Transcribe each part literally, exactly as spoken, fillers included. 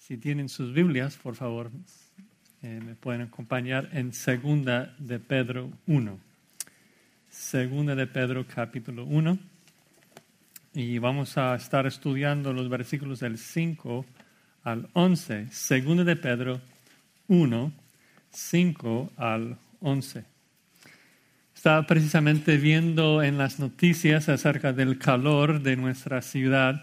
Si tienen sus Biblias, por favor, eh, me pueden acompañar en Segunda de Pedro uno. Segunda de Pedro, capítulo uno. Y vamos a estar estudiando los versículos del cinco al once. Segunda de Pedro uno, cinco al once. Estaba precisamente viendo en las noticias acerca del calor de nuestra ciudad.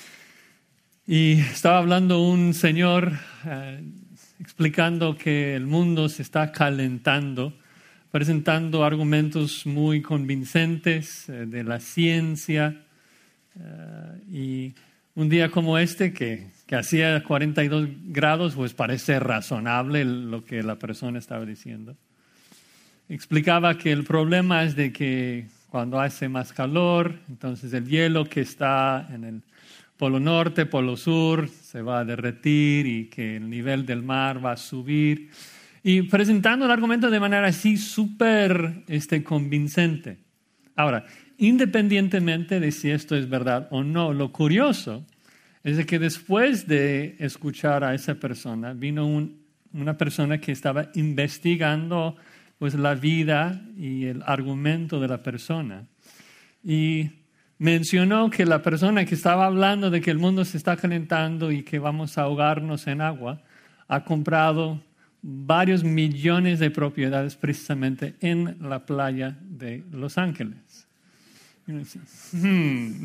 Y estaba hablando un señor eh, explicando que el mundo se está calentando, presentando argumentos muy convincentes eh, de la ciencia. Uh, y un día como este, que, que hacía cuarenta y dos grados, pues parece razonable lo que la persona estaba diciendo. Explicaba que el problema es de que cuando hace más calor, entonces el hielo que está en el Polo Norte, Polo Sur, se va a derretir y que el nivel del mar va a subir. Y presentando el argumento de manera así súper este, convincente. Ahora, independientemente de si esto es verdad o no, lo curioso es de que después de escuchar a esa persona, vino un, una persona que estaba investigando pues, la vida y el argumento de la persona. Y mencionó que la persona que estaba hablando de que el mundo se está calentando y que vamos a ahogarnos en agua, ha comprado varios millones de propiedades precisamente en la playa de Los Ángeles. Y uno dice, hmm.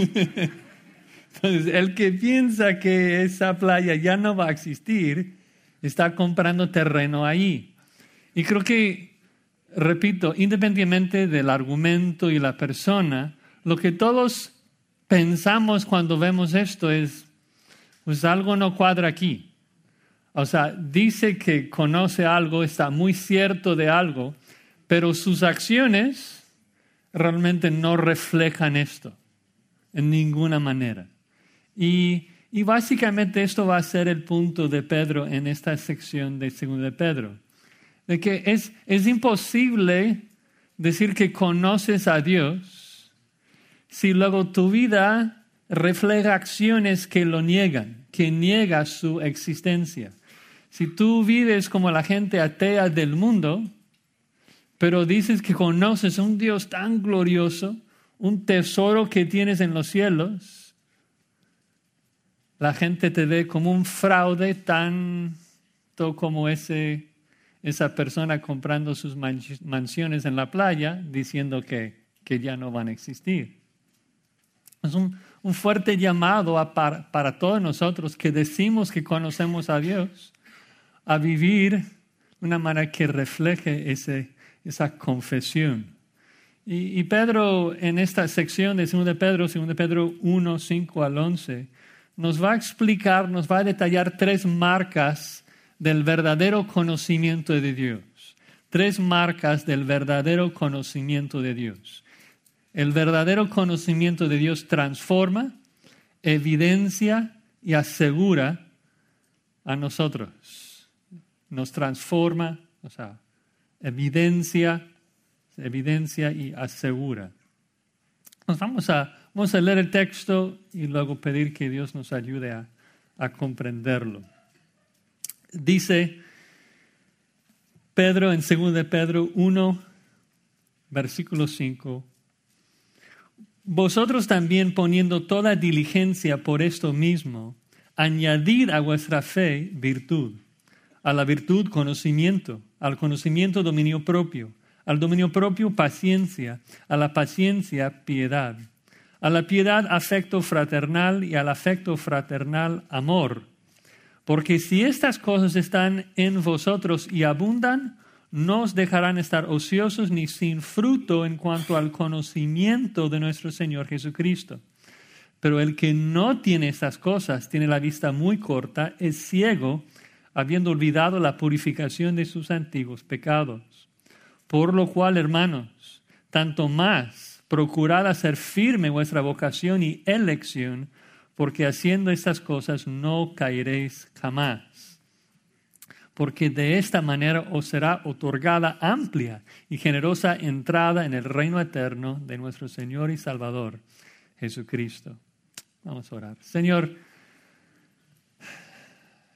Entonces, el que piensa que esa playa ya no va a existir, está comprando terreno ahí. Y creo que, repito, independientemente del argumento y la persona, lo que todos pensamos cuando vemos esto es, pues algo no cuadra aquí. O sea, dice que conoce algo, está muy cierto de algo, pero sus acciones realmente no reflejan esto en ninguna manera. Y, y básicamente esto va a ser el punto de Pedro en esta sección de Segunda de Pedro. De que es, es imposible decir que conoces a Dios si luego tu vida refleja acciones que lo niegan, que niegan su existencia. Si tú vives como la gente atea del mundo, pero dices que conoces a un Dios tan glorioso, un tesoro que tienes en los cielos, la gente te ve como un fraude tanto como ese, esa persona comprando sus mansiones en la playa diciendo que, que ya no van a existir. Es un, un fuerte llamado a, para, para todos nosotros que decimos que conocemos a Dios, a vivir de una manera que refleje ese, esa confesión. Y, y Pedro, en esta sección de Segunda de Pedro, Segunda de Pedro uno, cinco al once, nos va a explicar, nos va a detallar tres marcas del verdadero conocimiento de Dios. Tres marcas del verdadero conocimiento de Dios. El verdadero conocimiento de Dios transforma, evidencia y asegura a nosotros. Nos transforma, o sea, evidencia, evidencia y asegura. Nos vamos a, vamos a leer el texto y luego pedir que Dios nos ayude a, a comprenderlo. Dice Pedro en segunda de Pedro uno, versículo cinco. Vosotros también poniendo toda diligencia por esto mismo, añadid a vuestra fe virtud, a la virtud conocimiento, al conocimiento dominio propio, al dominio propio paciencia, a la paciencia piedad, a la piedad afecto fraternal y al afecto fraternal amor. Porque si estas cosas están en vosotros y abundan, no os dejarán estar ociosos ni sin fruto en cuanto al conocimiento de nuestro Señor Jesucristo. Pero el que no tiene estas cosas, tiene la vista muy corta, es ciego, habiendo olvidado la purificación de sus antiguos pecados. Por lo cual, hermanos, tanto más procurad hacer firme vuestra vocación y elección, porque haciendo estas cosas no caeréis jamás. Porque de esta manera os será otorgada amplia y generosa entrada en el reino eterno de nuestro Señor y Salvador, Jesucristo. Vamos a orar. Señor,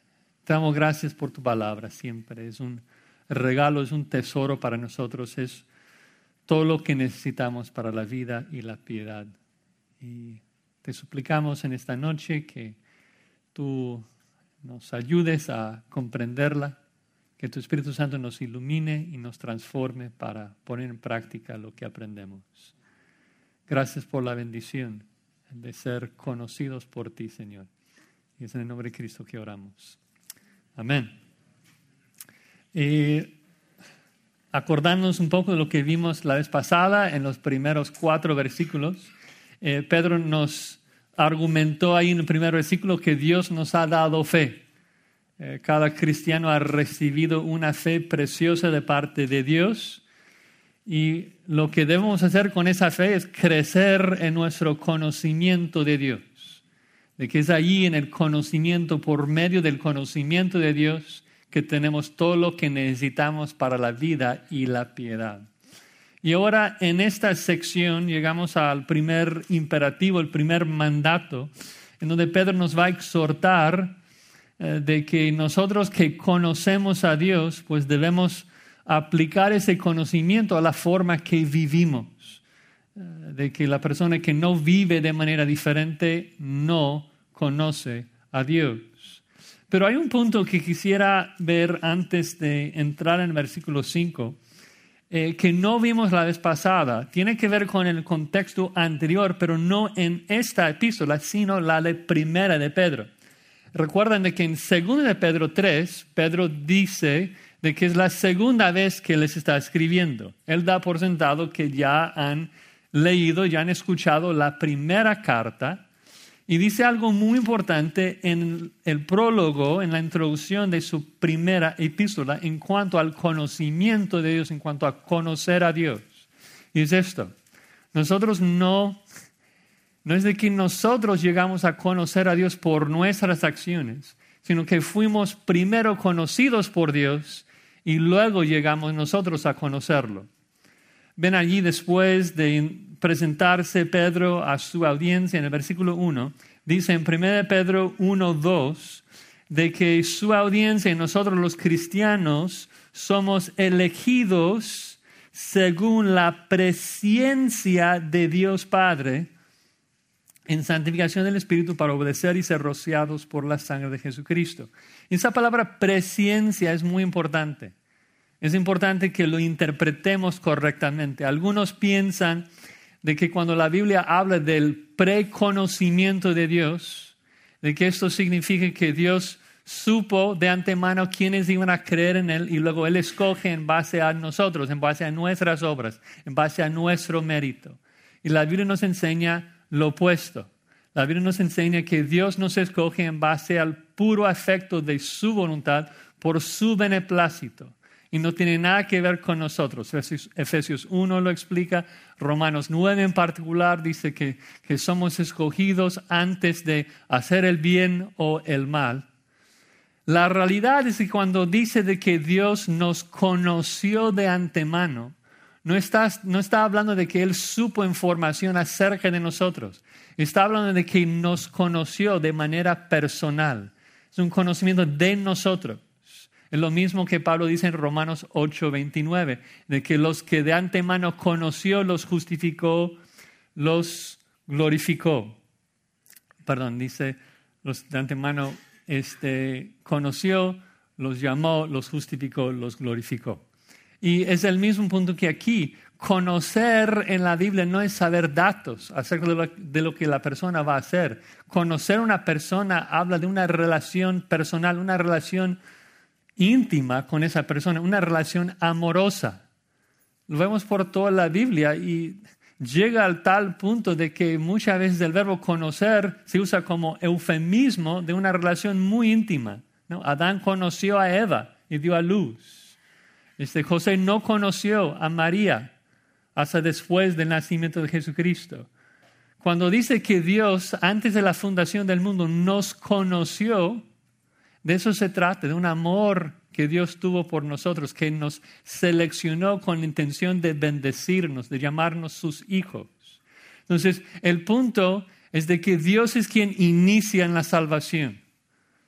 Te damos gracias por tu palabra siempre. Es un regalo, es un tesoro para nosotros. Es todo lo que necesitamos para la vida y la piedad. Y te suplicamos en esta noche que tú nos ayudes a comprenderla, que tu Espíritu Santo nos ilumine y nos transforme para poner en práctica lo que aprendemos. Gracias por la bendición de ser conocidos por ti, Señor. Y es en el nombre de Cristo que oramos. Amén. Y acordándonos un poco de lo que vimos la vez pasada en los primeros cuatro versículos, eh, Pedro nos argumentó ahí en el primer versículo que Dios nos ha dado fe. Eh, cada cristiano ha recibido una fe preciosa de parte de Dios y lo que debemos hacer con esa fe es crecer en nuestro conocimiento de Dios. De que es allí en el conocimiento, por medio del conocimiento de Dios, que tenemos todo lo que necesitamos para la vida y la piedad. Y ahora en esta sección llegamos al primer imperativo, el primer mandato, en donde Pedro nos va a exhortar eh, de que nosotros que conocemos a Dios, pues debemos aplicar ese conocimiento a la forma que vivimos. De que la persona que no vive de manera diferente no conoce a Dios. Pero hay un punto que quisiera ver antes de entrar en el versículo cinco, eh, que no vimos la vez pasada. Tiene que ver con el contexto anterior, pero no en esta epístola, sino la de primera de Pedro. Recuerden de que en segunda de Pedro tres, Pedro dice de que es la segunda vez que les está escribiendo. Él da por sentado que ya han leído, ya han escuchado la primera carta y dice algo muy importante en el prólogo, en la introducción de su primera epístola en cuanto al conocimiento de Dios, en cuanto a conocer a Dios. Y es esto, nosotros no, no es de que nosotros llegamos a conocer a Dios por nuestras acciones, sino que fuimos primero conocidos por Dios y luego llegamos nosotros a conocerlo. Ven allí después de presentarse Pedro a su audiencia en el versículo uno, dice en primera Pedro uno dos, de que su audiencia y nosotros los cristianos somos elegidos según la presciencia de Dios Padre en santificación del Espíritu para obedecer y ser rociados por la sangre de Jesucristo. Y esa palabra presciencia es muy importante. Es importante que lo interpretemos correctamente. Algunos piensan de que cuando la Biblia habla del preconocimiento de Dios, de que esto significa que Dios supo de antemano quiénes iban a creer en Él y luego Él escoge en base a nosotros, en base a nuestras obras, en base a nuestro mérito. Y la Biblia nos enseña lo opuesto. La Biblia nos enseña que Dios nos escoge en base al puro afecto de su voluntad por su beneplácito. Y no tiene nada que ver con nosotros. Efesios uno lo explica, Romanos nueve en particular dice que, que somos escogidos antes de hacer el bien o el mal. La realidad es que cuando dice de que Dios nos conoció de antemano, no está, no está hablando de que Él supo información acerca de nosotros. Está hablando de que nos conoció de manera personal. Es un conocimiento de nosotros. Es lo mismo que Pablo dice en Romanos ocho veintinueve, de que los que de antemano conoció, los justificó, los glorificó. Perdón, dice, los de antemano este, conoció, los llamó, los justificó, los glorificó. Y es el mismo punto que aquí. Conocer en la Biblia no es saber datos acerca de lo, de lo que la persona va a hacer. Conocer a una persona habla de una relación personal, una relación íntima con esa persona, una relación amorosa. Lo vemos por toda la Biblia y llega al tal punto de que muchas veces el verbo conocer se usa como eufemismo de una relación muy íntima, ¿no? Adán conoció a Eva y dio a luz. Este José no conoció a María hasta después del nacimiento de Jesucristo. Cuando dice que Dios, antes de la fundación del mundo, nos conoció, de eso se trata, de un amor que Dios tuvo por nosotros, que nos seleccionó con la intención de bendecirnos, de llamarnos sus hijos. Entonces, el punto es de que Dios es quien inicia en la salvación.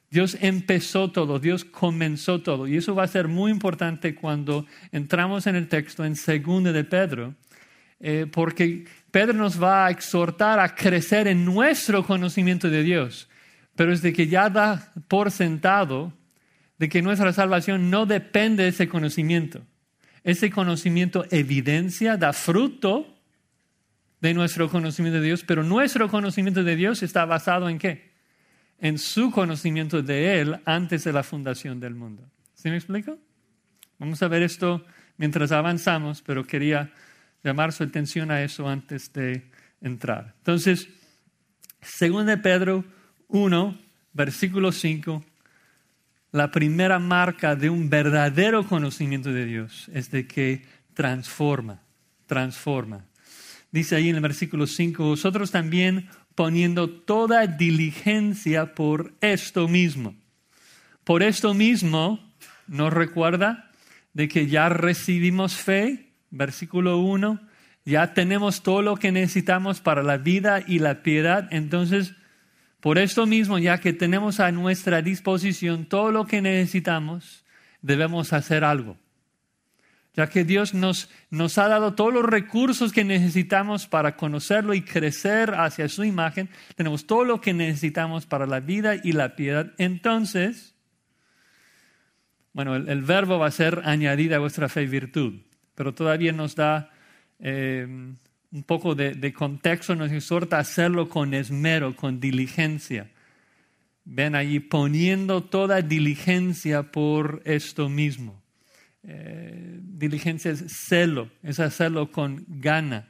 Dios empezó todo, Dios comenzó todo. Y eso va a ser muy importante cuando entramos en el texto en Segunda de Pedro, eh, porque Pedro nos va a exhortar a crecer en nuestro conocimiento de Dios. Pero es de que ya da por sentado de que nuestra salvación no depende de ese conocimiento. Ese conocimiento evidencia, da fruto de nuestro conocimiento de Dios, pero nuestro conocimiento de Dios está basado ¿en qué? En su conocimiento de Él antes de la fundación del mundo. ¿Sí me explico? Vamos a ver esto mientras avanzamos, pero quería llamar su atención a eso antes de entrar. Entonces, segunda de Pedro uno, versículo cinco, la primera marca de un verdadero conocimiento de Dios es de que transforma, transforma. Dice ahí en el versículo cinco, vosotros también poniendo toda diligencia por esto mismo. Por esto mismo, ¿nos recuerda de que ya recibimos fe? Versículo uno, ya tenemos todo lo que necesitamos para la vida y la piedad. Entonces, por esto mismo, ya que tenemos a nuestra disposición todo lo que necesitamos, debemos hacer algo. Ya que Dios nos, nos ha dado todos los recursos que necesitamos para conocerlo y crecer hacia su imagen, tenemos todo lo que necesitamos para la vida y la piedad. Entonces, bueno, el, el verbo va a ser añadida a vuestra fe y virtud, pero todavía nos da eh, un poco de, de contexto, nos exhorta a hacerlo con esmero, con diligencia. Ven allí, poniendo toda diligencia por esto mismo. Eh, diligencia es celo, es hacerlo con ganas.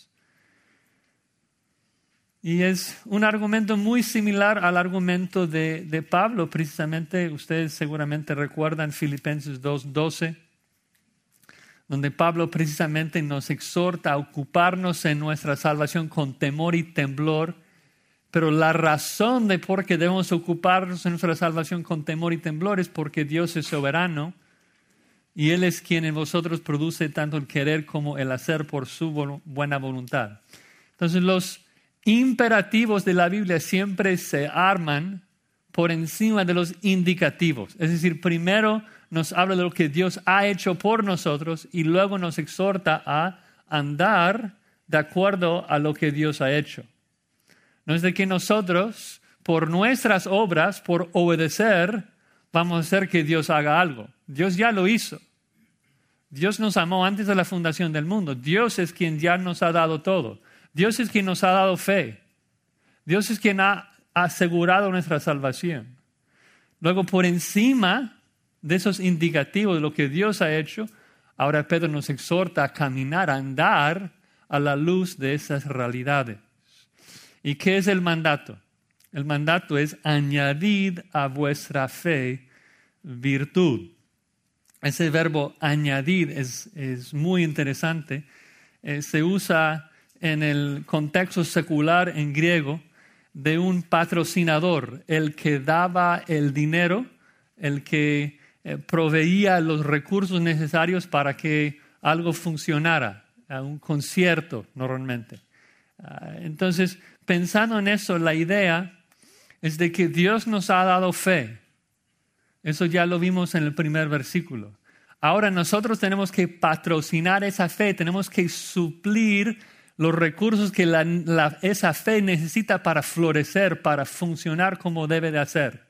Y es un argumento muy similar al argumento de, de Pablo, precisamente. Ustedes seguramente recuerdan Filipenses dos doce, donde Pablo precisamente nos exhorta a ocuparnos en nuestra salvación con temor y temblor. Pero la razón de por qué debemos ocuparnos en nuestra salvación con temor y temblor es porque Dios es soberano y Él es quien en vosotros produce tanto el querer como el hacer por su buena voluntad. Entonces los imperativos de la Biblia siempre se arman por encima de los indicativos. Es decir, primero nos habla de lo que Dios ha hecho por nosotros y luego nos exhorta a andar de acuerdo a lo que Dios ha hecho. No es de que nosotros, por nuestras obras, por obedecer, vamos a hacer que Dios haga algo. Dios ya lo hizo. Dios nos amó antes de la fundación del mundo. Dios es quien ya nos ha dado todo. Dios es quien nos ha dado fe. Dios es quien ha asegurado nuestra salvación. Luego, por encima de esos indicativos de lo que Dios ha hecho, ahora Pedro nos exhorta a caminar, a andar a la luz de esas realidades. ¿Y qué es el mandato? El mandato es añadid a vuestra fe virtud. Ese verbo añadir es, es muy interesante. Eh, se usa en el contexto secular en griego de un patrocinador, el que daba el dinero, el que eh, proveía los recursos necesarios para que algo funcionara, a un concierto normalmente. Uh, entonces, pensando en eso, la idea es de que Dios nos ha dado fe. Eso ya lo vimos en el primer versículo. Ahora nosotros tenemos que patrocinar esa fe, tenemos que suplir los recursos que la, la, esa fe necesita para florecer, para funcionar como debe de hacer.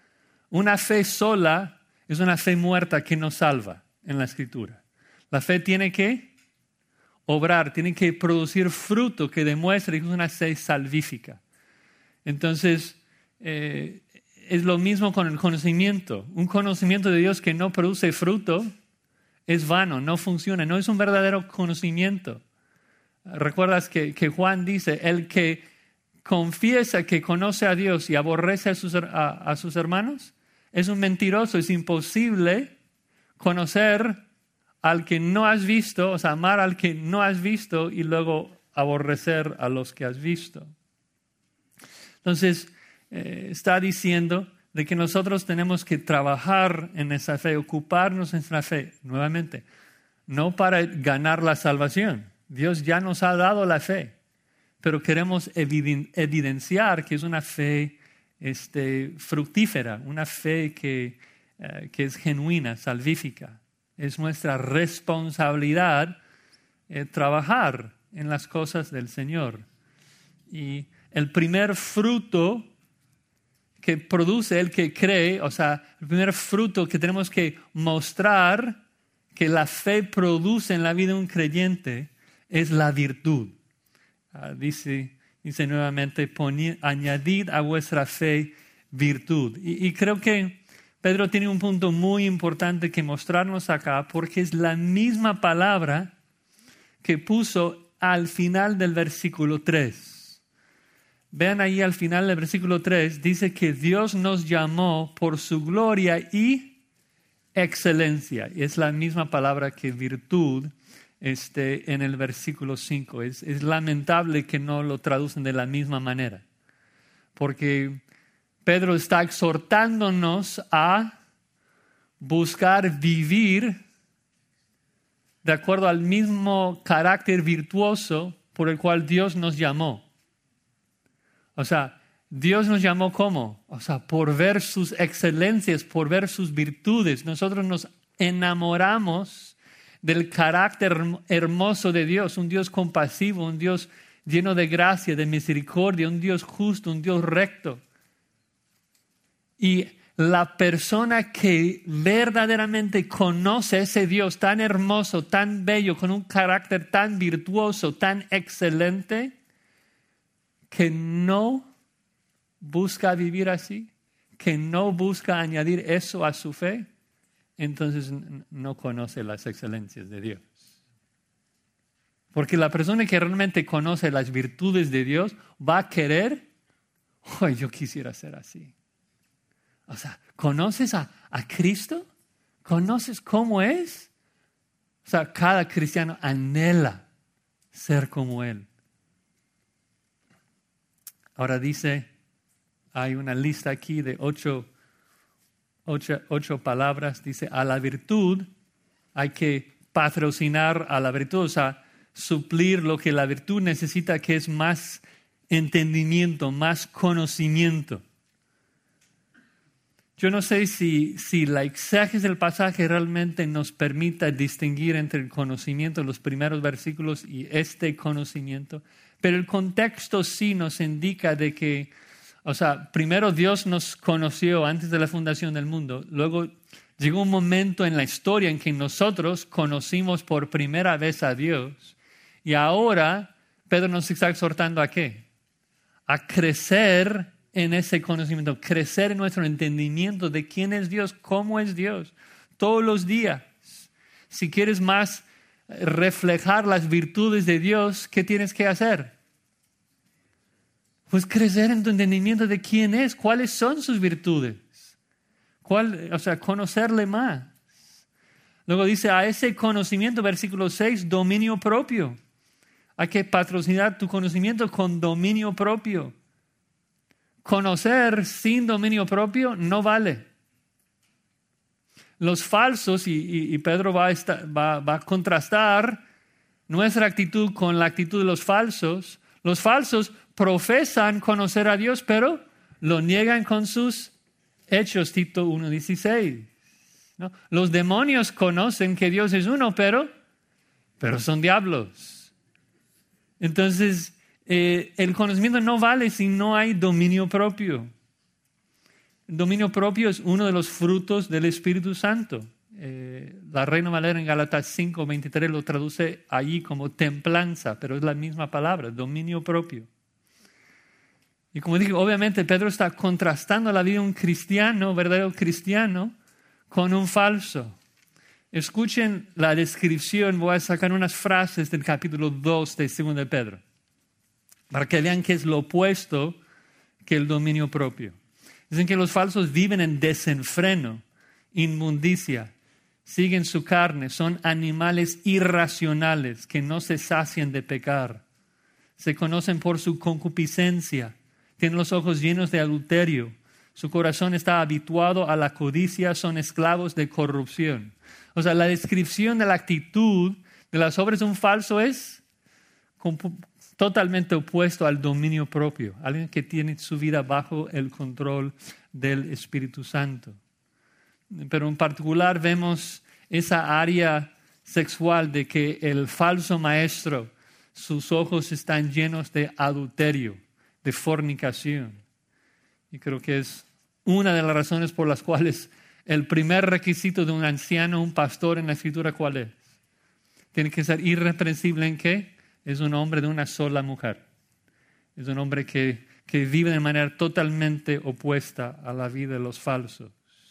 Una fe sola es una fe muerta que no salva en la Escritura. La fe tiene que obrar, tiene que producir fruto que demuestre que es una fe salvífica. Entonces, eh, es lo mismo con el conocimiento. Un conocimiento de Dios que no produce fruto es vano, no funciona, no es un verdadero conocimiento. ¿Recuerdas que, que Juan dice, el que confiesa que conoce a Dios y aborrece a sus, a, a sus hermanos, es un mentiroso? Es imposible conocer al que no has visto, o sea, amar al que no has visto y luego aborrecer a los que has visto. Entonces, eh, está diciendo de que nosotros tenemos que trabajar en esa fe, ocuparnos en esa fe, nuevamente, no para ganar la salvación. Dios ya nos ha dado la fe, pero queremos evidenciar que es una fe este, fructífera, una fe que, uh, que es genuina, salvífica. Es nuestra responsabilidad eh, trabajar en las cosas del Señor. Y el primer fruto que produce el que cree, o sea, el primer fruto que tenemos que mostrar que la fe produce en la vida de un creyente es la virtud. Uh, dice, dice nuevamente, ponid, añadid a vuestra fe virtud. Y, y creo que Pedro tiene un punto muy importante que mostrarnos acá, porque es la misma palabra que puso al final del versículo tres. Vean ahí al final del versículo tres, dice que Dios nos llamó por su gloria y excelencia. Y es la misma palabra que virtud este, en el versículo cinco. Es, es lamentable que no lo traducen de la misma manera, porque Pedro está exhortándonos a buscar vivir de acuerdo al mismo carácter virtuoso por el cual Dios nos llamó. O sea, Dios nos llamó ¿cómo? O sea, por ver sus excelencias, por ver sus virtudes. Nosotros nos enamoramos del carácter hermoso de Dios, un Dios compasivo, un Dios lleno de gracia, de misericordia, un Dios justo, un Dios recto. Y la persona que verdaderamente conoce a ese Dios tan hermoso, tan bello, con un carácter tan virtuoso, tan excelente, que no busca vivir así, que no busca añadir eso a su fe, entonces no conoce las excelencias de Dios. Porque la persona que realmente conoce las virtudes de Dios va a querer, oh, yo quisiera ser así. O sea, ¿conoces a, a Cristo? ¿Conoces cómo es? O sea, cada cristiano anhela ser como Él. Ahora dice, hay una lista aquí de ocho, ocho, ocho palabras. Dice, a la virtud hay que patrocinar a la virtud, o sea, suplir lo que la virtud necesita, que es más entendimiento, más conocimiento. Yo no sé si, si la exégesis del pasaje realmente nos permita distinguir entre el conocimiento de los primeros versículos y este conocimiento, pero el contexto sí nos indica de que, o sea, primero Dios nos conoció antes de la fundación del mundo, luego llegó un momento en la historia en que nosotros conocimos por primera vez a Dios, y ahora Pedro nos está exhortando ¿a qué? A crecer en ese conocimiento, crecer en nuestro entendimiento de quién es Dios, cómo es Dios, todos los días. Si quieres más reflejar las virtudes de Dios, ¿qué tienes que hacer? Pues crecer en tu entendimiento de quién es, cuáles son sus virtudes, ¿Cuál, o sea, conocerle más. Luego dice, a ese conocimiento, versículo seis, dominio propio. Hay que patrocinar tu conocimiento con dominio propio. Conocer sin dominio propio no vale. Los falsos, y, y, y Pedro va a, estar, va, va a contrastar nuestra actitud con la actitud de los falsos. Los falsos profesan conocer a Dios, pero lo niegan con sus hechos, Tito uno dieciséis. ¿No? Los demonios conocen que Dios es uno, pero, pero son diablos. Entonces, Eh, el conocimiento no vale si no hay dominio propio. El dominio propio es uno de los frutos del Espíritu Santo. Eh, la Reina Valera en Gálatas cinco veintitrés lo traduce allí como templanza, pero es la misma palabra, dominio propio. Y como dije, obviamente Pedro está contrastando la vida de un cristiano, verdadero cristiano, con un falso. Escuchen la descripción, voy a sacar unas frases del capítulo dos de segundo de Pedro, para que vean que es lo opuesto que el dominio propio. Dicen que los falsos viven en desenfreno, inmundicia, siguen su carne, son animales irracionales que no se sacian de pecar. Se conocen por su concupiscencia, tienen los ojos llenos de adulterio, su corazón está habituado a la codicia, son esclavos de corrupción. O sea, la descripción de la actitud de las obras de un falso es totalmente opuesto al dominio propio, alguien que tiene su vida bajo el control del Espíritu Santo. Pero en particular vemos esa área sexual de que el falso maestro, sus ojos están llenos de adulterio, de fornicación. Y creo que es una de las razones por las cuales el primer requisito de un anciano, un pastor en la Escritura, ¿cuál es? Tiene que ser irreprensible en qué? Es un hombre de una sola mujer. Es un hombre que, que vive de manera totalmente opuesta a la vida de los falsos.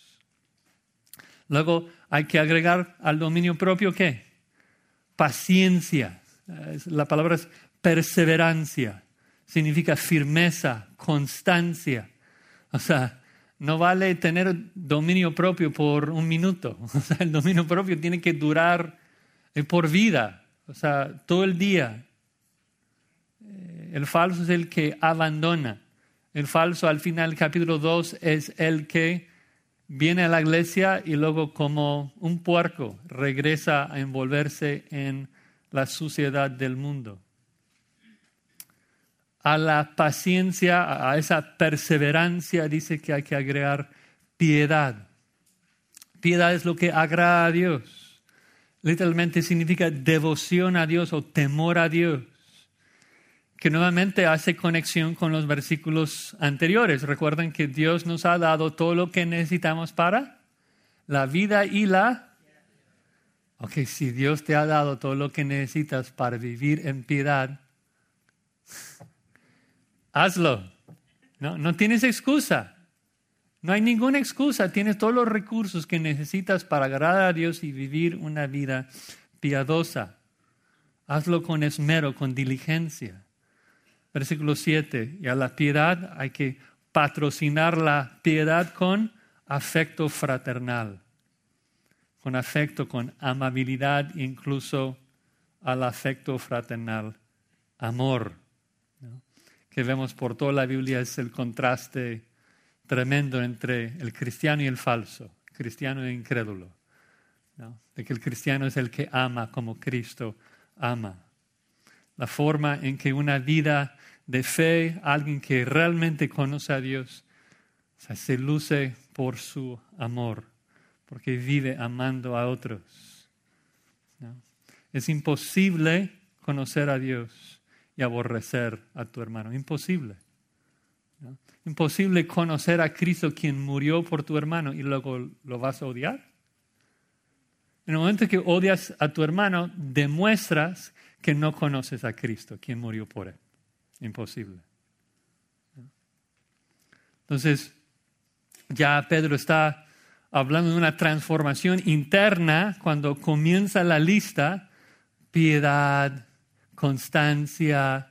Luego hay que agregar al dominio propio ¿qué? Paciencia. La palabra es perseverancia. Significa firmeza, constancia. O sea, no vale tener dominio propio por un minuto. O sea, el dominio propio tiene que durar por vida. O sea, todo el día. El falso es el que abandona. El falso al final del capítulo dos es el que viene a la iglesia y luego como un puerco regresa a envolverse en la suciedad del mundo. A la paciencia, a esa perseverancia dice que hay que agregar piedad. Piedad es lo que agrada a Dios. Literalmente significa devoción a Dios o temor a Dios, que nuevamente hace conexión con los versículos anteriores. Recuerden que Dios nos ha dado todo lo que necesitamos para la vida y la... Ok, si Dios te ha dado todo lo que necesitas para vivir en piedad, hazlo. No, no tienes excusa. No hay ninguna excusa. Tienes todos los recursos que necesitas para agradar a Dios y vivir una vida piadosa. Hazlo con esmero, con diligencia. Versículo siete. Y a la piedad hay que patrocinar la piedad con afecto fraternal. Con afecto, con amabilidad, incluso al afecto fraternal. Amor, ¿no? Que vemos por toda la Biblia es el contraste tremendo entre el cristiano y el falso, cristiano e incrédulo, ¿no? De que el cristiano es el que ama como Cristo ama. La forma en que una vida de fe, alguien que realmente conoce a Dios, o sea, se luce por su amor, porque vive amando a otros, ¿no? Es imposible conocer a Dios y aborrecer a tu hermano. Imposible, ¿no? Imposible conocer a Cristo quien murió por tu hermano y luego lo vas a odiar. En el momento que odias a tu hermano, demuestras que no conoces a Cristo quien murió por él. Imposible, ¿no? Entonces, ya Pedro está hablando de una transformación interna cuando comienza la lista: piedad, constancia,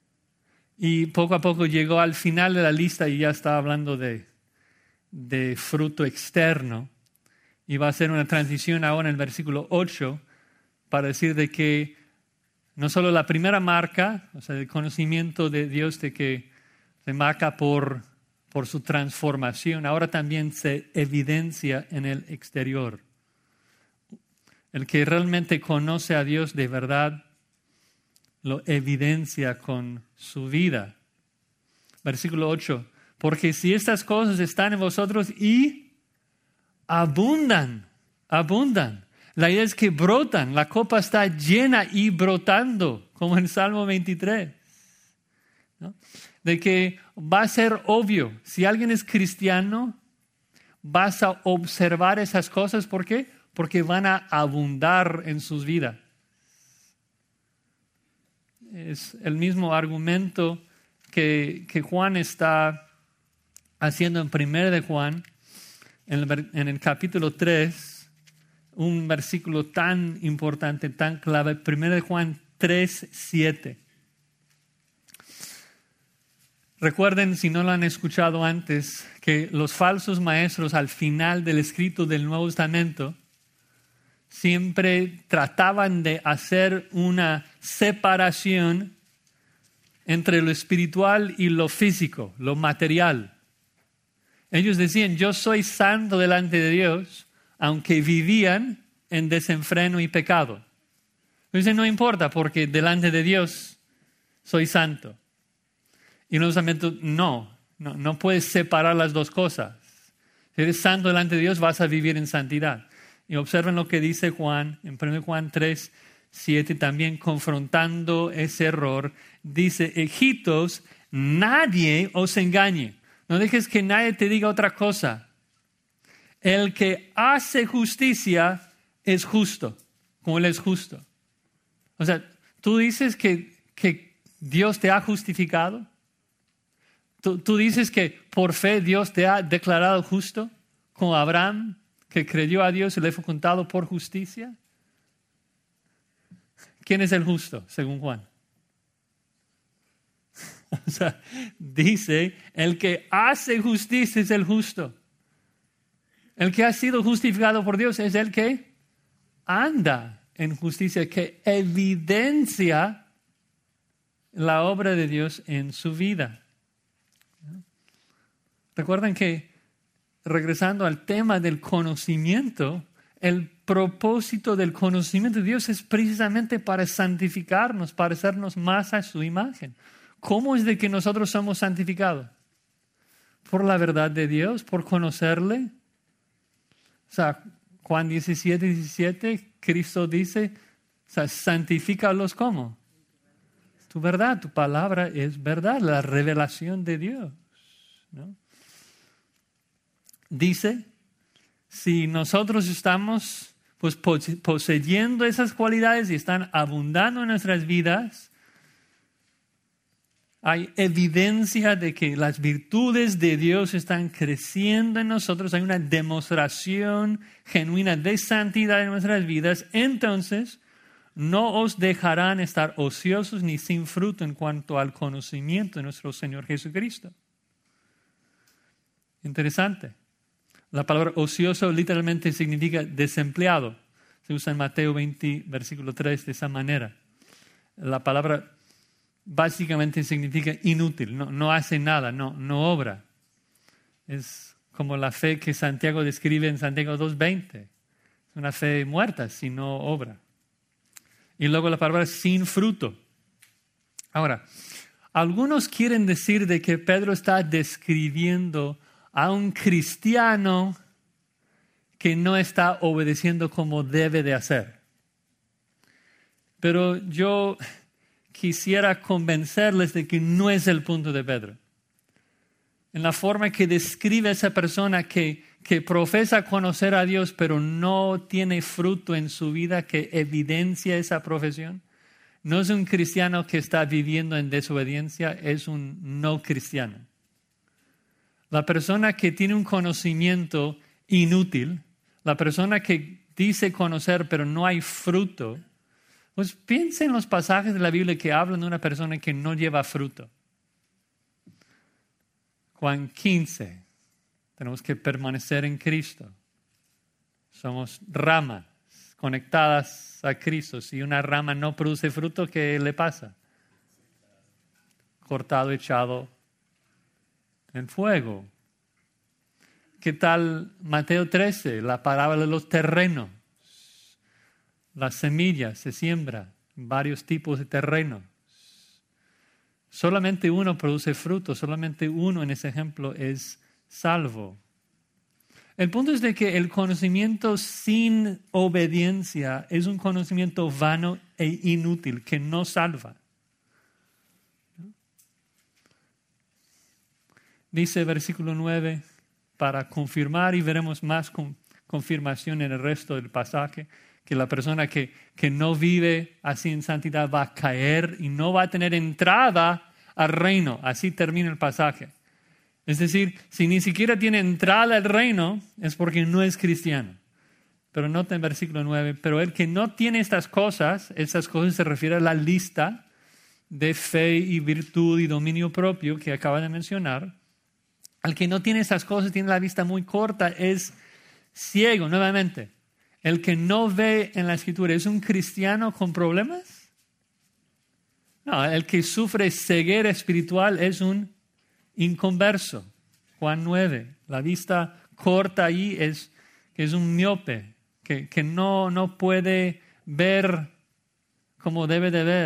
y poco a poco llegó al final de la lista y ya está hablando de, de fruto externo, y va a hacer una transición ahora en el versículo ocho para decir de que no solo la primera marca, o sea, el conocimiento de Dios, de que se marca por, por su transformación, ahora también se evidencia en el exterior. El que realmente conoce a Dios de verdad lo evidencia con su vida. Versículo ocho. Porque si estas cosas están en vosotros y abundan, abundan. La idea es que brotan, la copa está llena y brotando, como en Salmo veintitrés, ¿no? De que va a ser obvio, si alguien es cristiano, vas a observar esas cosas. ¿Por qué? Porque van a abundar en sus vidas. Es el mismo argumento que, que Juan está haciendo en primera de Juan, en el, en el capítulo tres, un versículo tan importante, tan clave, primera de Juan tres, siete. Recuerden, si no lo han escuchado antes, que los falsos maestros al final del escrito del Nuevo Testamento siempre trataban de hacer una separación entre lo espiritual y lo físico, lo material. Ellos decían: yo soy santo delante de Dios, aunque vivían en desenfreno y pecado. Dicen: no importa, porque delante de Dios soy santo. Y Nuevo Testamento, no, no, no puedes separar las dos cosas. Si eres santo delante de Dios, vas a vivir en santidad. Y observen lo que dice Juan, en primero Juan tres, siete, también confrontando ese error. Dice, hijitos, nadie os engañe. No dejes que nadie te diga otra cosa. El que hace justicia es justo, como Él es justo. O sea, tú dices que, que Dios te ha justificado. ¿Tú, tú dices que por fe Dios te ha declarado justo, como Abraham, que creyó a Dios y le fue contado por justicia. ¿Quién es el justo, según Juan? O sea, dice, el que hace justicia es el justo. El que ha sido justificado por Dios es el que anda en justicia, que evidencia la obra de Dios en su vida. Recuerden que, regresando al tema del conocimiento, el propósito del conocimiento de Dios es precisamente para santificarnos, para hacernos más a su imagen. ¿Cómo es de que nosotros somos santificados? Por la verdad de Dios, por conocerle. O sea, Juan diecisiete, diecisiete, Cristo dice, o sea, santifícalos ¿cómo? Tu verdad, tu palabra es verdad, la revelación de Dios, ¿no? Dice, si nosotros estamos pues, poseyendo esas cualidades y están abundando en nuestras vidas, hay evidencia de que las virtudes de Dios están creciendo en nosotros, hay una demostración genuina de santidad en nuestras vidas, entonces no os dejarán estar ociosos ni sin fruto en cuanto al conocimiento de nuestro Señor Jesucristo. Interesante. La palabra ocioso literalmente significa desempleado. Se usa en Mateo veinte, versículo tres, de esa manera. La palabra básicamente significa inútil, no, no hace nada, no, no obra. Es como la fe que Santiago describe en Santiago dos veinte. Es una fe muerta si no obra. Y luego la palabra sin fruto. Ahora, algunos quieren decir de que Pedro está describiendo a un cristiano que no está obedeciendo como debe de hacer. Pero yo quisiera convencerles de que no es el punto de Pedro. En la forma que describe a esa persona que, que profesa conocer a Dios, pero no tiene fruto en su vida que evidencia esa profesión, no es un cristiano que está viviendo en desobediencia, es un no cristiano. La persona que tiene un conocimiento inútil, la persona que dice conocer pero no hay fruto, pues piensen en los pasajes de la Biblia que hablan de una persona que no lleva fruto. Juan quince, tenemos que permanecer en Cristo. Somos ramas conectadas a Cristo. Si una rama no produce fruto, ¿qué le pasa? Cortado, echado en fuego. ¿Qué tal Mateo trece? La parábola de los terrenos. La semilla se siembra en varios tipos de terrenos. Solamente uno produce fruto, solamente uno en ese ejemplo es salvo. El punto es de que el conocimiento sin obediencia es un conocimiento vano e inútil que no salva. Dice versículo nueve, para confirmar, y veremos más con confirmación en el resto del pasaje, que la persona que, que no vive así en santidad va a caer y no va a tener entrada al reino. Así termina el pasaje. Es decir, si ni siquiera tiene entrada al reino, es porque no es cristiano. Pero nota en versículo nueve, pero el que no tiene estas cosas, estas cosas se refiere a la lista de fe y virtud y dominio propio que acaba de mencionar. El que no tiene estas cosas, tiene la vista muy corta, es ciego, nuevamente. El que no ve en la Escritura, ¿es un cristiano con problemas? No, el que sufre ceguera espiritual es un inconverso. Juan nueve, la vista corta ahí es que es un miope, que, que no, no puede ver como debe de ver, no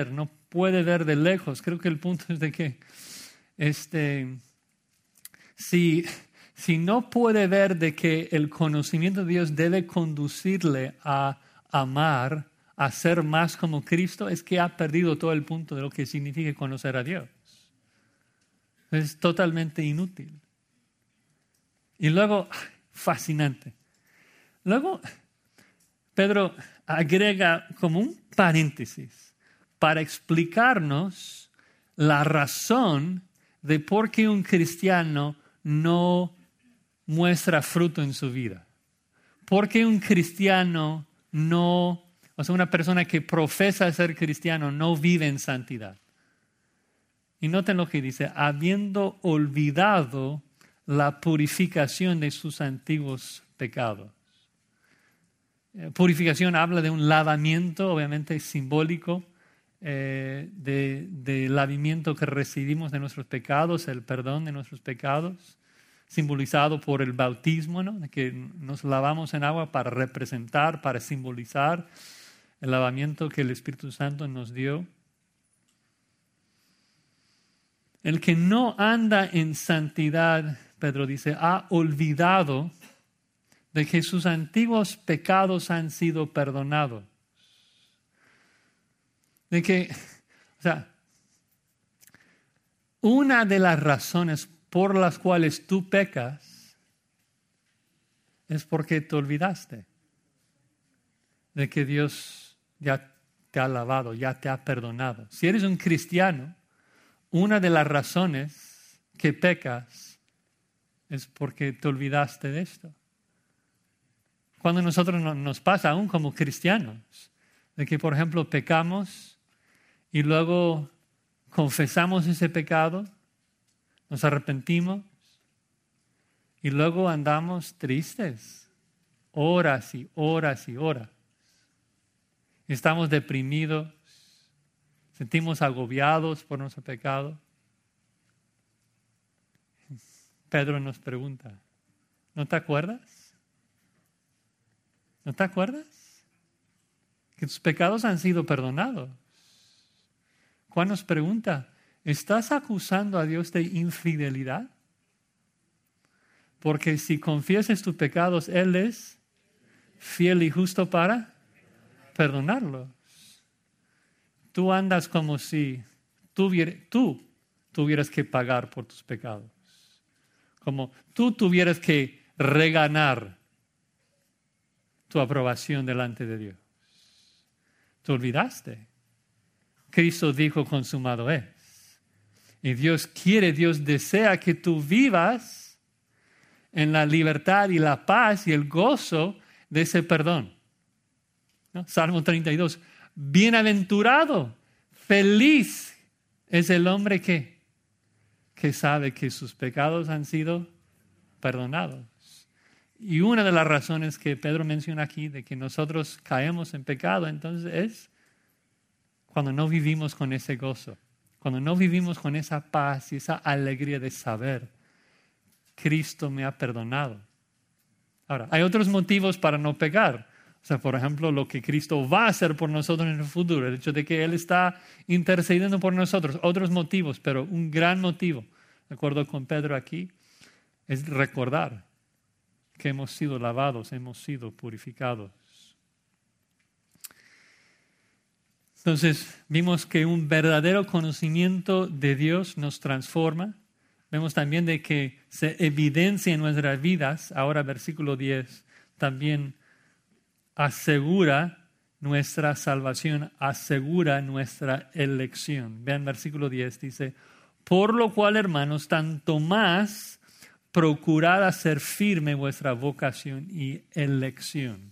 puede ver de lejos. Creo que el punto es de que este, si, si no puede ver de que el conocimiento de Dios debe conducirle a amar, a ser más como Cristo, es que ha perdido todo el punto de lo que significa conocer a Dios. Es totalmente inútil. Y luego, fascinante. Luego, Pedro agrega como un paréntesis para explicarnos la razón de por qué un cristiano no muestra fruto en su vida. ¿Por qué un cristiano no, o sea, una persona que profesa ser cristiano no vive en santidad? Y noten lo que dice, habiendo olvidado la purificación de sus antiguos pecados. Purificación habla de un lavamiento, obviamente simbólico, eh, de, de lavamiento que recibimos de nuestros pecados, el perdón de nuestros pecados, simbolizado por el bautismo, ¿no? De que nos lavamos en agua para representar, para simbolizar el lavamiento que el Espíritu Santo nos dio. El que no anda en santidad, Pedro dice, ha olvidado de que sus antiguos pecados han sido perdonados. De que, o sea, una de las razones por las cuales tú pecas es porque te olvidaste de que Dios ya te ha lavado, ya te ha perdonado. Si eres un cristiano, una de las razones que pecas es porque te olvidaste de esto. Cuando nosotros nos pasa, aún como cristianos, de que, por ejemplo, pecamos y luego confesamos ese pecado, nos arrepentimos y luego andamos tristes, horas y horas y horas. Estamos deprimidos, sentimos agobiados por nuestro pecado. Pedro nos pregunta, ¿no te acuerdas? ¿No te acuerdas? Que tus pecados han sido perdonados. Juan nos pregunta, ¿estás acusando a Dios de infidelidad? Porque si confiesas tus pecados, Él es fiel y justo para perdonarlos. Tú andas como si tú, tú tuvieras que pagar por tus pecados. Como tú tuvieras que reganar tu aprobación delante de Dios. Te olvidaste. Cristo dijo, consumado es. Y Dios quiere, Dios desea que tú vivas en la libertad y la paz y el gozo de ese perdón. ¿No? Salmo treinta y dos. Bienaventurado, feliz es el hombre que, que sabe que sus pecados han sido perdonados. Y una de las razones que Pedro menciona aquí de que nosotros caemos en pecado, entonces es cuando no vivimos con ese gozo, cuando no vivimos con esa paz y esa alegría de saber, Cristo me ha perdonado. Ahora, hay otros motivos para no pecar. O sea, por ejemplo, lo que Cristo va a hacer por nosotros en el futuro, el hecho de que Él está intercediendo por nosotros, otros motivos, pero un gran motivo, de acuerdo con Pedro aquí, es recordar que hemos sido lavados, hemos sido purificados. Entonces, vimos que un verdadero conocimiento de Dios nos transforma. Vemos también de que se evidencia en nuestras vidas, ahora versículo diez, también asegura nuestra salvación, asegura nuestra elección. Vean versículo diez, dice, por lo cual, hermanos, tanto más procurad hacer firme vuestra vocación y elección.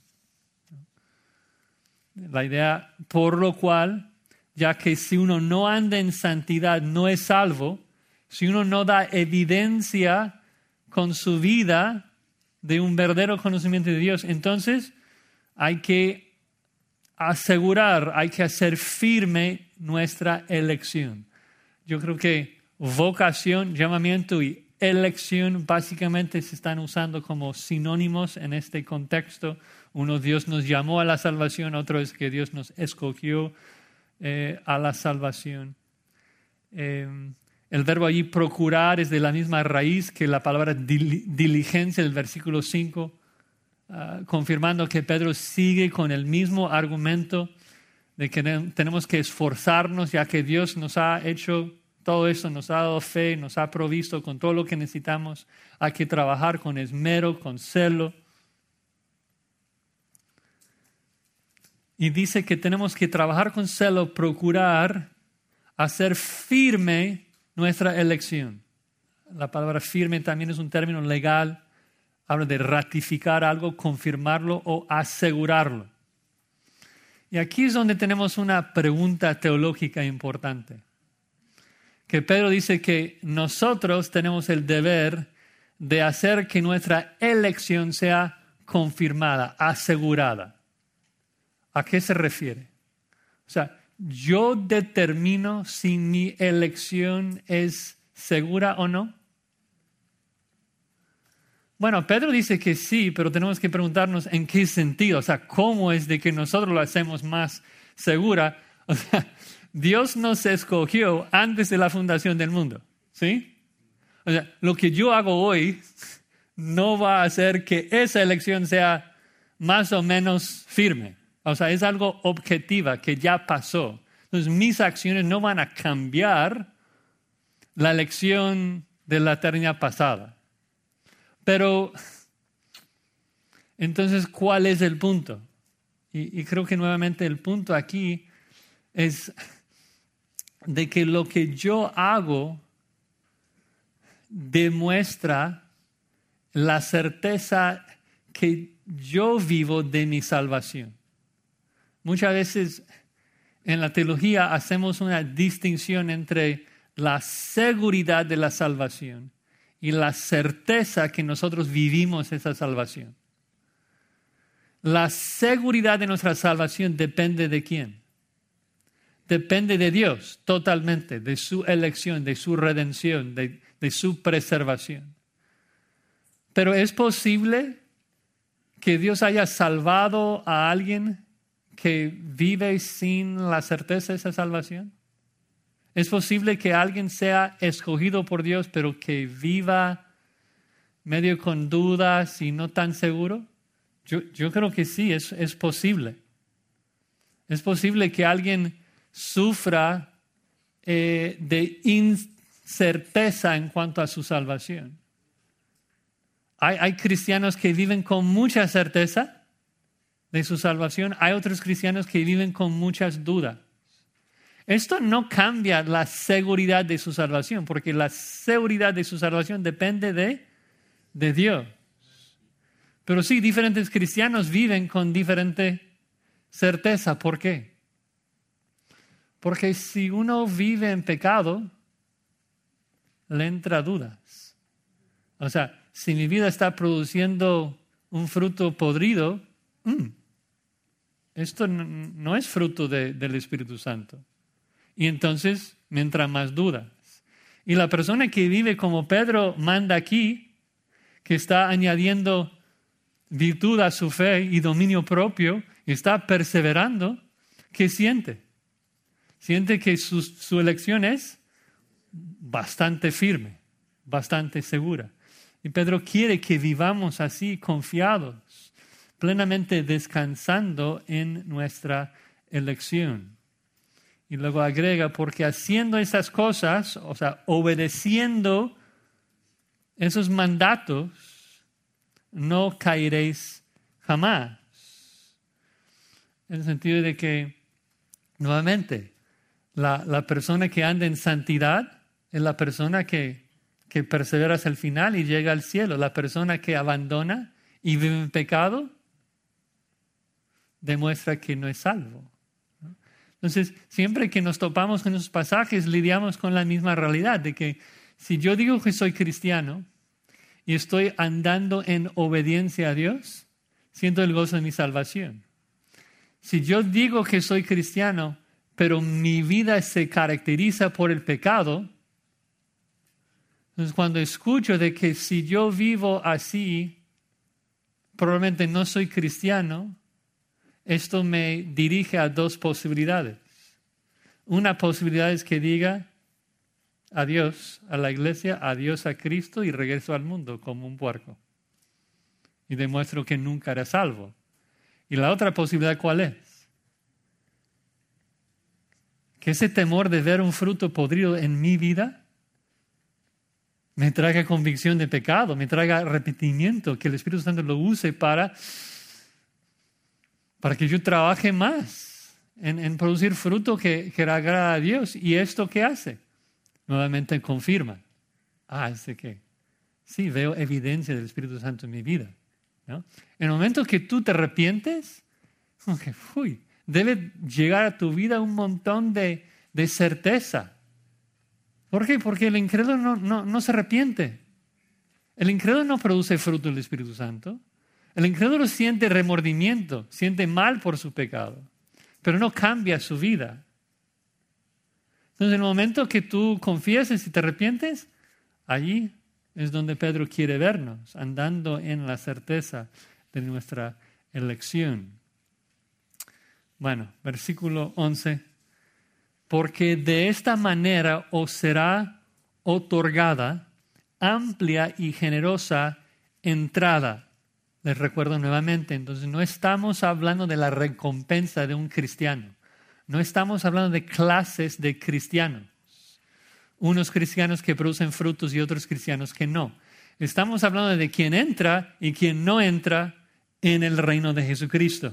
La idea, por lo cual, ya que si uno no anda en santidad, no es salvo, si uno no da evidencia con su vida de un verdadero conocimiento de Dios, entonces hay que asegurar, hay que hacer firme nuestra elección. Yo creo que vocación, llamamiento y elección básicamente se están usando como sinónimos en este contexto. Uno, Dios nos llamó a la salvación, otro es que Dios nos escogió eh, a la salvación. Eh, el verbo allí procurar es de la misma raíz que la palabra dil- diligencia del versículo cinco, uh, confirmando que Pedro sigue con el mismo argumento de que tenemos que esforzarnos, ya que Dios nos ha hecho todo esto, nos ha dado fe, nos ha provisto con todo lo que necesitamos. Hay que trabajar con esmero, con celo. Y dice que tenemos que trabajar con celo, procurar hacer firme nuestra elección. La palabra firme también es un término legal. Habla de ratificar algo, confirmarlo o asegurarlo. Y aquí es donde tenemos una pregunta teológica importante. Que Pedro dice que nosotros tenemos el deber de hacer que nuestra elección sea confirmada, asegurada. ¿A qué se refiere? O sea, ¿yo determino si mi elección es segura o no? Bueno, Pedro dice que sí, pero tenemos que preguntarnos en qué sentido. O sea, ¿cómo es de que nosotros lo hacemos más segura? O sea, Dios nos escogió antes de la fundación del mundo, ¿sí? O sea, lo que yo hago hoy no va a hacer que esa elección sea más o menos firme. O sea, es algo objetiva que ya pasó. Entonces, mis acciones no van a cambiar la elección de la eternidad pasada. Pero, entonces, ¿cuál es el punto? Y, y creo que nuevamente el punto aquí es de que lo que yo hago demuestra la certeza que yo vivo de mi salvación. Muchas veces en la teología hacemos una distinción entre la seguridad de la salvación y la certeza que nosotros vivimos esa salvación. La seguridad de nuestra salvación depende de quién. Depende de Dios totalmente, de su elección, de su redención, de, de su preservación. Pero ¿es posible que Dios haya salvado a alguien que vive sin la certeza de esa salvación? ¿Es posible que alguien sea escogido por Dios, pero que viva medio con dudas y no tan seguro? Yo, yo creo que sí, es, es posible. Es posible que alguien sufra eh, de incerteza en cuanto a su salvación. Hay, hay cristianos que viven con mucha certeza de su salvación. Hay otros cristianos que viven con muchas dudas. Esto no cambia la seguridad de su salvación, porque la seguridad de su salvación depende de, de Dios. Pero sí, diferentes cristianos viven con diferente certeza. ¿Por qué? Porque si uno vive en pecado, le entra dudas. O sea, si mi vida está produciendo un fruto podrido, mmm, esto no, no es fruto de, del Espíritu Santo. Y entonces me entran más dudas. Y la persona que vive como Pedro manda aquí, que está añadiendo virtud a su fe y dominio propio, y está perseverando, ¿qué siente? Siente que su, su elección es bastante firme, bastante segura. Y Pedro quiere que vivamos así, confiados, plenamente descansando en nuestra elección. Y luego agrega, porque haciendo esas cosas, o sea, obedeciendo esos mandatos, no caeréis jamás. En el sentido de que, nuevamente, la, la persona que anda en santidad es la persona que, que persevera hasta el final y llega al cielo. La persona que abandona y vive en pecado demuestra que no es salvo. Entonces, siempre que nos topamos con esos pasajes, lidiamos con la misma realidad de que si yo digo que soy cristiano y estoy andando en obediencia a Dios, siento el gozo de mi salvación. Si yo digo que soy cristiano, pero mi vida se caracteriza por el pecado, entonces cuando escucho de que si yo vivo así, probablemente no soy cristiano, esto me dirige a dos posibilidades. Una posibilidad es que diga adiós a la iglesia, adiós a Cristo y regreso al mundo como un puerco. Y demuestro que nunca era salvo. Y la otra posibilidad, ¿cuál es? Que ese temor de ver un fruto podrido en mi vida me traiga convicción de pecado, me traiga arrepentimiento, que el Espíritu Santo lo use para, para que yo trabaje más en, en producir fruto que, que agrada a Dios. ¿Y esto qué hace? Nuevamente confirma. Ah, ¿es de qué? Sí, veo evidencia del Espíritu Santo en mi vida, ¿no? En el momento que tú te arrepientes, como que, uy, debe llegar a tu vida un montón de, de certeza. ¿Por qué? Porque el incrédulo no, no, no se arrepiente. El incrédulo no produce fruto del Espíritu Santo. El incrédulo siente remordimiento, siente mal por su pecado, pero no cambia su vida. Entonces, en el momento que tú confieses y te arrepientes, allí es donde Pedro quiere vernos, andando en la certeza de nuestra elección. Bueno, versículo once. Porque de esta manera os será otorgada amplia y generosa entrada. Les recuerdo nuevamente, entonces no estamos hablando de la recompensa de un cristiano. No estamos hablando de clases de cristianos. Unos cristianos que producen frutos y otros cristianos que no. Estamos hablando de quien entra y quien no entra en el reino de Jesucristo.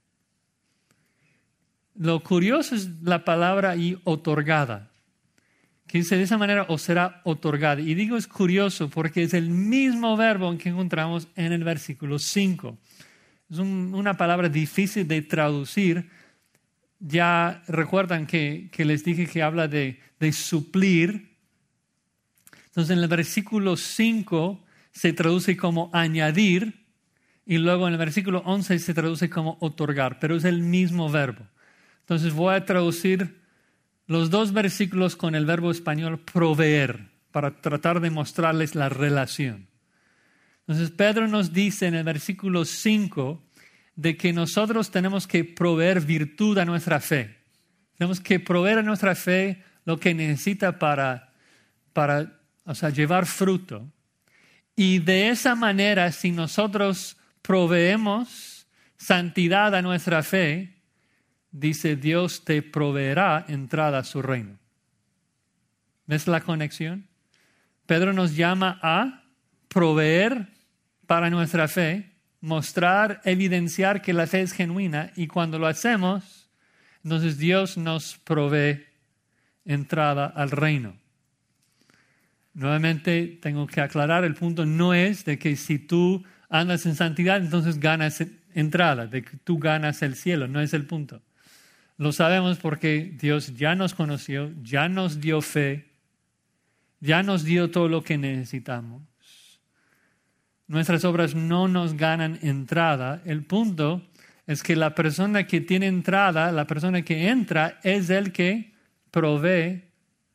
Lo curioso es la palabra ahí otorgada, que dice de esa manera os será otorgada. Y digo es curioso porque es el mismo verbo que encontramos en el versículo cinco. Es un, una palabra difícil de traducir. Ya recuerdan que, que les dije que habla de, de suplir. Entonces en el versículo cinco se traduce como añadir y luego en el versículo once se traduce como otorgar, pero es el mismo verbo. Entonces voy a traducir los dos versículos con el verbo español proveer para tratar de mostrarles la relación. Entonces Pedro nos dice en el versículo cinco de que nosotros tenemos que proveer virtud a nuestra fe. Tenemos que proveer a nuestra fe lo que necesita para, para o sea, llevar fruto. Y de esa manera, si nosotros proveemos santidad a nuestra fe, dice, Dios te proveerá entrada a su reino. ¿Ves la conexión? Pedro nos llama a proveer para nuestra fe, mostrar, evidenciar que la fe es genuina, y cuando lo hacemos, entonces Dios nos provee entrada al reino. Nuevamente tengo que aclarar, el punto no es de que si tú andas en santidad, entonces ganas entrada, de que tú ganas el cielo, no es el punto. Lo sabemos porque Dios ya nos conoció, ya nos dio fe, ya nos dio todo lo que necesitamos. Nuestras obras no nos ganan entrada. El punto es que la persona que tiene entrada, la persona que entra, es el que provee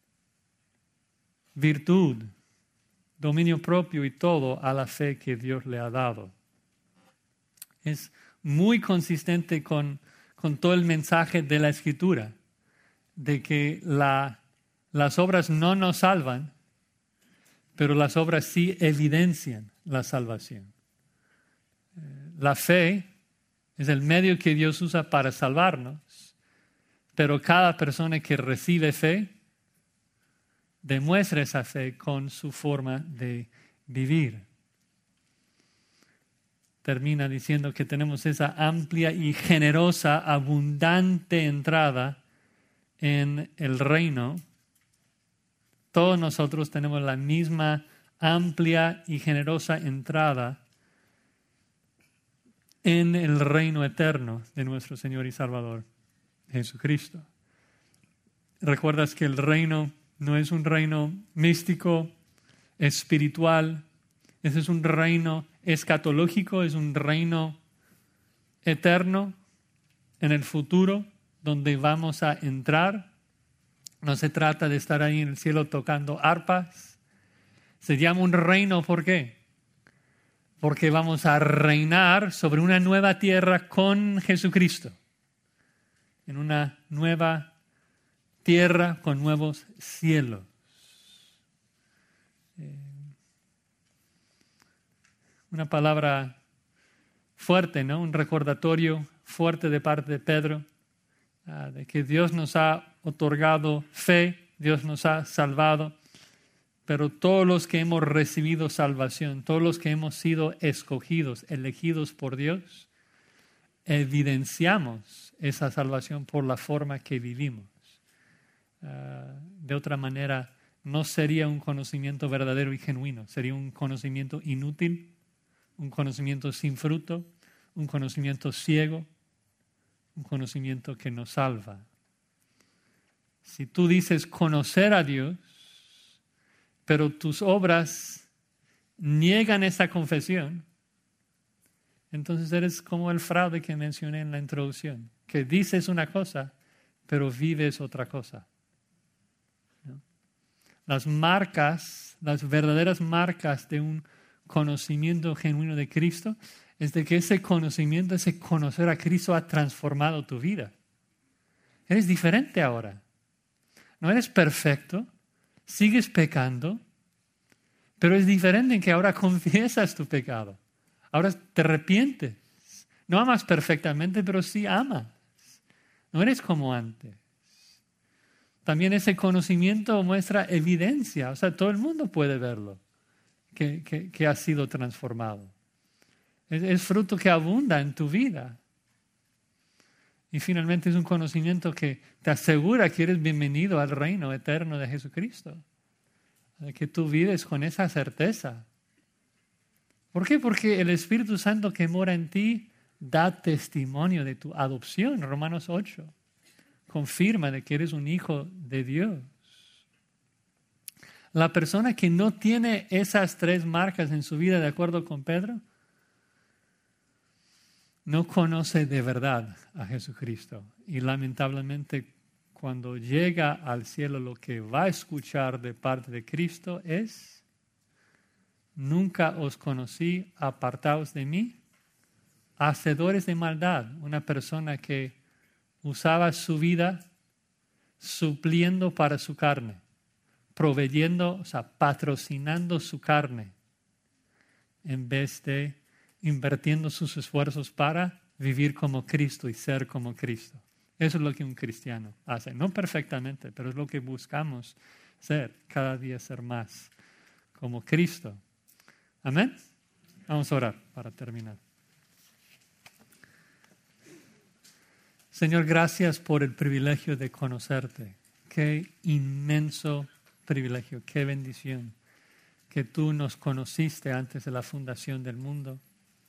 virtud, dominio propio y todo a la fe que Dios le ha dado. Es muy consistente con con todo el mensaje de la Escritura, de que la, las obras no nos salvan, pero las obras sí evidencian la salvación. La fe es el medio que Dios usa para salvarnos, pero cada persona que recibe fe demuestra esa fe con su forma de vivir. Termina diciendo que tenemos esa amplia y generosa, abundante entrada en el reino. Todos nosotros tenemos la misma amplia y generosa entrada en el reino eterno de nuestro Señor y Salvador, Jesucristo. ¿Recuerdas que el reino no es un reino místico, espiritual? Ese es un reino escatológico, es un reino eterno en el futuro donde vamos a entrar. No se trata de estar ahí en el cielo tocando arpas. Se llama un reino, ¿por qué? Porque vamos a reinar sobre una nueva tierra con Jesucristo. En una nueva tierra con nuevos cielos. Eh, una palabra fuerte, ¿no? Un recordatorio fuerte de parte de Pedro, uh, de que Dios nos ha otorgado fe, Dios nos ha salvado, pero todos los que hemos recibido salvación, todos los que hemos sido escogidos, elegidos por Dios, evidenciamos esa salvación por la forma que vivimos. Uh, de otra manera, no sería un conocimiento verdadero y genuino, sería un conocimiento inútil, un conocimiento sin fruto, un conocimiento ciego, un conocimiento que no salva. Si tú dices conocer a Dios, pero tus obras niegan esa confesión, entonces eres como el fraude que mencioné en la introducción, que dices una cosa, pero vives otra cosa. ¿No? Las marcas, las verdaderas marcas de un conocimiento genuino de Cristo es de que ese conocimiento, ese conocer a Cristo ha transformado tu vida. Eres diferente ahora. No eres perfecto, sigues pecando, pero es diferente en que ahora confiesas tu pecado. Ahora te arrepientes. No amas perfectamente, pero sí amas. No eres como antes. También ese conocimiento muestra evidencia. O sea, todo el mundo puede verlo, que, que, que ha sido transformado. Es, es fruto que abunda en tu vida. Y finalmente es un conocimiento que te asegura que eres bienvenido al reino eterno de Jesucristo. De que tú vives con esa certeza. ¿Por qué? Porque el Espíritu Santo que mora en ti da testimonio de tu adopción. Romanos ocho. Confirma de que eres un hijo de Dios. La persona que no tiene esas tres marcas en su vida, de acuerdo con Pedro, no conoce de verdad a Jesucristo. Y lamentablemente, cuando llega al cielo, lo que va a escuchar de parte de Cristo es: nunca os conocí, apartaos de mí, hacedores de maldad. Una persona que usaba su vida supliendo para su carne, proveyendo, o sea, patrocinando su carne, en vez de invirtiendo sus esfuerzos para vivir como Cristo y ser como Cristo. Eso es lo que un cristiano hace. No perfectamente, pero es lo que buscamos ser, cada día ser más como Cristo. Amén. Vamos a orar para terminar. Señor, gracias por el privilegio de conocerte. Qué inmenso privilegio, qué bendición que tú nos conociste antes de la fundación del mundo.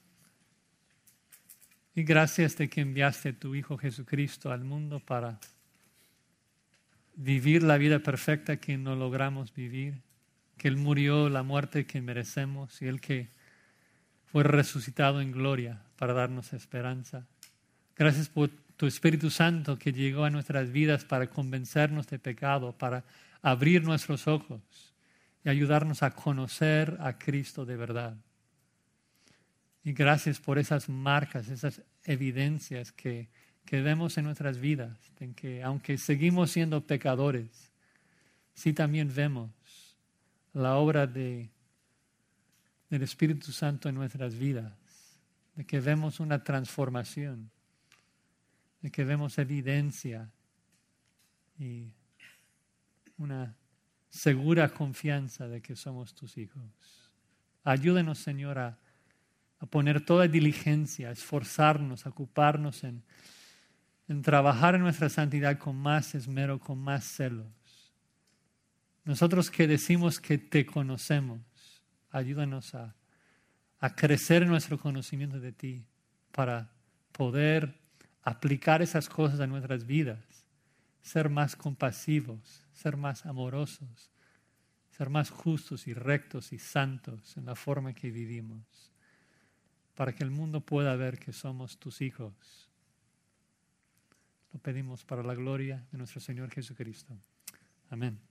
Y gracias de que enviaste a tu Hijo Jesucristo al mundo para vivir la vida perfecta que no logramos vivir, que Él murió la muerte que merecemos y Él que fue resucitado en gloria para darnos esperanza. Gracias por tu Espíritu Santo que llegó a nuestras vidas para convencernos de pecado, para abrir nuestros ojos y ayudarnos a conocer a Cristo de verdad. Y gracias por esas marcas, esas evidencias que, que vemos en nuestras vidas, en que aunque seguimos siendo pecadores, sí también vemos la obra de, del Espíritu Santo en nuestras vidas, de que vemos una transformación, de que vemos evidencia y una segura confianza de que somos tus hijos. Ayúdenos, Señor, a, a poner toda diligencia, a esforzarnos, a ocuparnos en, en trabajar en nuestra santidad con más esmero, con más celos. Nosotros que decimos que te conocemos, ayúdanos a, a crecer en nuestro conocimiento de ti para poder aplicar esas cosas a nuestras vidas, ser más compasivos, ser más amorosos, ser más justos y rectos y santos en la forma que vivimos, para que el mundo pueda ver que somos tus hijos. Lo pedimos para la gloria de nuestro Señor Jesucristo. Amén.